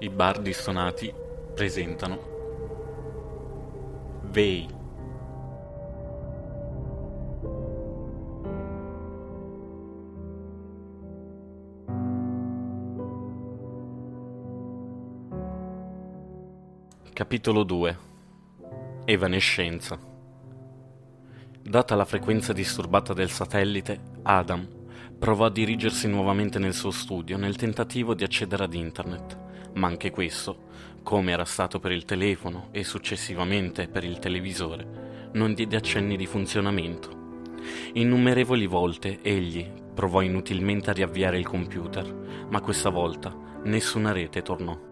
I bardi stonati presentano Vei. Capitolo 2. Evanescenza. Data la frequenza disturbata del satellite, Adam provò a dirigersi nuovamente nel suo studio nel tentativo di accedere ad internet, ma anche questo, come era stato per il telefono e successivamente per il televisore, non diede accenni di funzionamento. Innumerevoli volte egli provò inutilmente a riavviare il computer, ma questa volta nessuna rete tornò.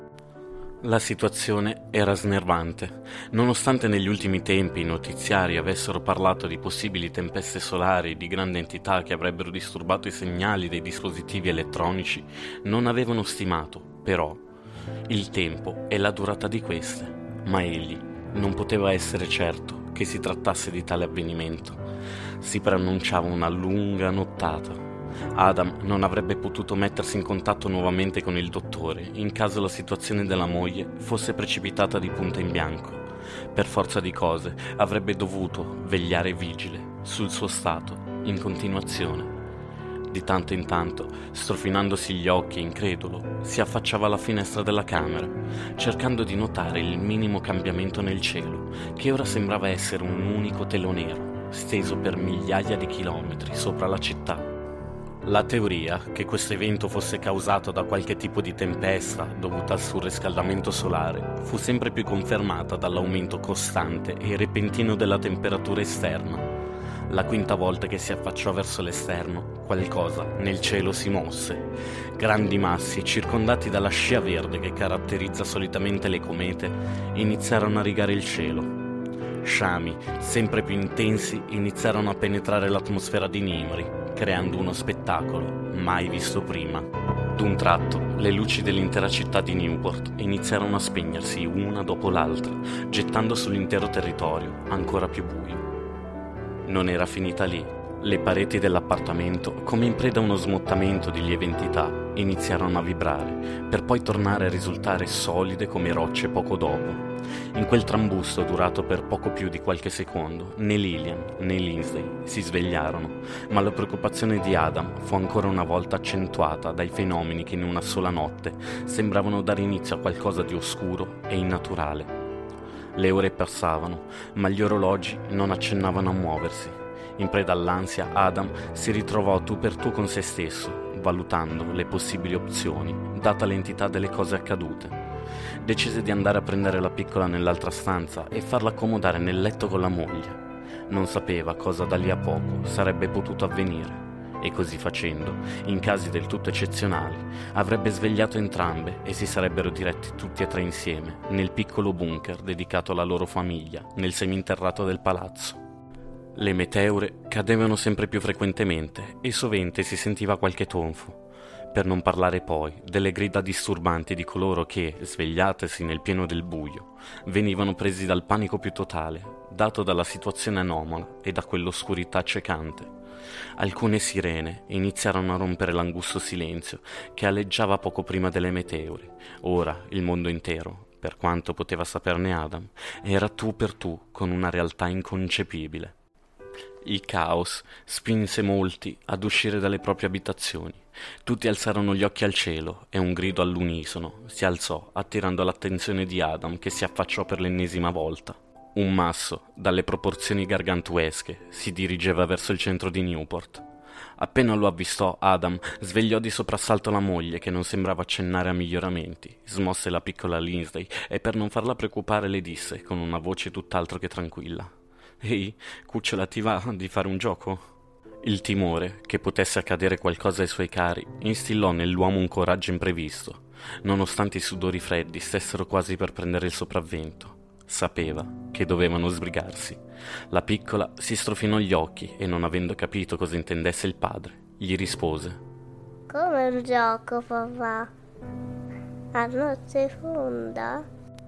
La situazione era snervante. Nonostante negli ultimi tempi i notiziari avessero parlato di possibili tempeste solari di grande entità che avrebbero disturbato i segnali dei dispositivi elettronici, non avevano stimato, però, il tempo e la durata di queste. Ma egli non poteva essere certo che si trattasse di tale avvenimento. Si preannunciava una lunga nottata. Adam non avrebbe potuto mettersi in contatto nuovamente con il dottore in caso la situazione della moglie fosse precipitata di punto in bianco. Per forza di cose avrebbe dovuto vegliare vigile sul suo stato in continuazione. Di tanto in tanto, strofinandosi gli occhi incredulo, si affacciava alla finestra della camera, cercando di notare il minimo cambiamento nel cielo, che ora sembrava essere un unico telo nero, steso per migliaia di chilometri sopra la città. La teoria che questo evento fosse causato da qualche tipo di tempesta dovuta al surriscaldamento solare fu sempre più confermata dall'aumento costante e repentino della temperatura esterna. La quinta volta che si affacciò verso l'esterno, qualcosa nel cielo si mosse. Grandi massi, circondati dalla scia verde che caratterizza solitamente le comete, iniziarono a rigare il cielo. Sciami, sempre più intensi, iniziarono a penetrare l'atmosfera di Nimri, creando uno spettacolo mai visto prima. D'un tratto, le luci dell'intera città di Newport iniziarono a spegnersi una dopo l'altra, gettando sull'intero territorio ancora più buio. Non era finita lì. Le pareti dell'appartamento, come in preda a uno smottamento di lieve entità, iniziarono a vibrare, per poi tornare a risultare solide come rocce poco dopo. In quel trambusto durato per poco più di qualche secondo, né Lillian né Lindsay si svegliarono, ma la preoccupazione di Adam fu ancora una volta accentuata dai fenomeni che in una sola notte sembravano dare inizio a qualcosa di oscuro e innaturale. Le ore passavano, ma gli orologi non accennavano a muoversi. In preda all'ansia, Adam si ritrovò tu per tu con se stesso, valutando le possibili opzioni, data l'entità delle cose accadute. Decise di andare a prendere la piccola nell'altra stanza e farla accomodare nel letto con la moglie. Non sapeva cosa da lì a poco sarebbe potuto avvenire, e così facendo, in casi del tutto eccezionali, avrebbe svegliato entrambe e si sarebbero diretti tutti e tre insieme nel piccolo bunker dedicato alla loro famiglia nel seminterrato del palazzo. Le meteore cadevano sempre più frequentemente e sovente si sentiva qualche tonfo, per non parlare poi delle grida disturbanti di coloro che, svegliatesi nel pieno del buio, venivano presi dal panico più totale, dato dalla situazione anomala e da quell'oscurità accecante. Alcune sirene iniziarono a rompere l'angusto silenzio che aleggiava poco prima delle meteore. Ora il mondo intero, per quanto poteva saperne Adam, era tu per tu con una realtà inconcepibile. Il caos spinse molti ad uscire dalle proprie abitazioni. Tutti alzarono gli occhi al cielo e un grido all'unisono si alzò, attirando l'attenzione di Adam, che si affacciò per l'ennesima volta. Un masso, dalle proporzioni gargantuesche, si dirigeva verso il centro di Newport. Appena lo avvistò, Adam svegliò di soprassalto la moglie, che non sembrava accennare a miglioramenti. Smosse la piccola Lindsay e, per non farla preoccupare, le disse con una voce tutt'altro che tranquilla: «Ehi, cucciola, ti va di fare un gioco?» Il timore che potesse accadere qualcosa ai suoi cari instillò nell'uomo un coraggio imprevisto. Nonostante i sudori freddi stessero quasi per prendere il sopravvento, sapeva che dovevano sbrigarsi. La piccola si strofinò gli occhi e, non avendo capito cosa intendesse il padre, gli rispose: «Come un gioco, papà? A notte fonda?»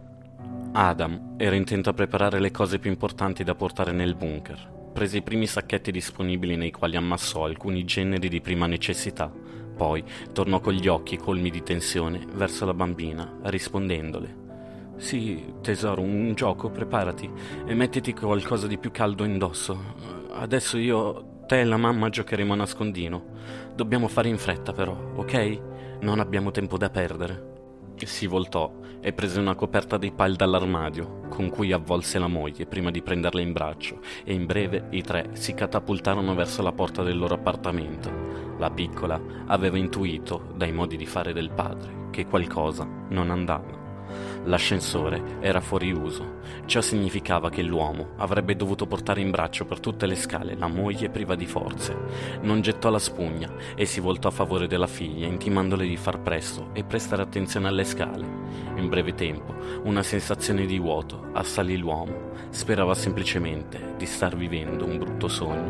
Adam era intento a preparare le cose più importanti da portare nel bunker. Prese i primi sacchetti disponibili nei quali ammassò alcuni generi di prima necessità, Poi tornò con gli occhi colmi di tensione verso la bambina, rispondendole: «Sì, tesoro, un gioco, preparati e mettiti qualcosa di più caldo indosso. Adesso te e la mamma giocheremo a nascondino. Dobbiamo fare in fretta però, ok? Non abbiamo tempo da perdere». Si voltò e prese una coperta di pile dall'armadio, con cui avvolse la moglie prima di prenderla in braccio, e in breve i tre si catapultarono verso la porta del loro appartamento. La piccola aveva intuito, dai modi di fare del padre, che qualcosa non andava. L'ascensore era fuori uso. Ciò significava che l'uomo avrebbe dovuto portare in braccio per tutte le scale la moglie priva di forze. Non gettò la spugna e si voltò a favore della figlia, intimandole di far presto e prestare attenzione alle scale. In breve tempo una sensazione di vuoto assalì l'uomo. Sperava semplicemente di star vivendo un brutto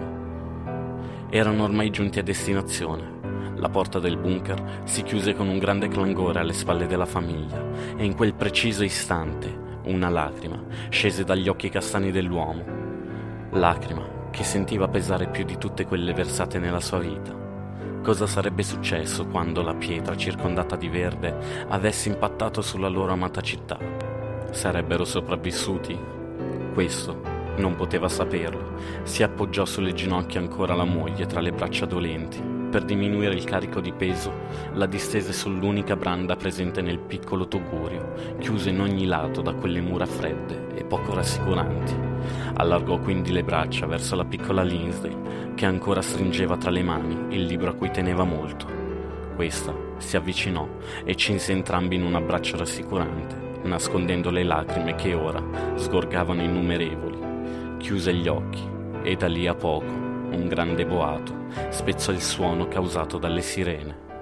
sogno. Erano ormai giunti a destinazione. La porta del bunker si chiuse con un grande clangore alle spalle della famiglia e in quel preciso istante una lacrima scese dagli occhi castani dell'uomo. Lacrima che sentiva pesare più di tutte quelle versate nella sua vita. Cosa sarebbe successo quando la pietra circondata di verde avesse impattato sulla loro amata città? Sarebbero sopravvissuti? Questo non poteva saperlo. Si appoggiò sulle ginocchia ancora la moglie tra le braccia dolenti. Per diminuire il carico di peso, la distese sull'unica branda presente nel piccolo tugurio, chiuso in ogni lato da quelle mura fredde e poco rassicuranti. Allargò quindi le braccia verso la piccola Lindsay, che ancora stringeva tra le mani il libro a cui teneva molto. Questa si avvicinò e cinse entrambi in un abbraccio rassicurante, nascondendo le lacrime che ora sgorgavano innumerevoli. Chiuse gli occhi e da lì a poco un grande boato spezzò il suono causato dalle sirene.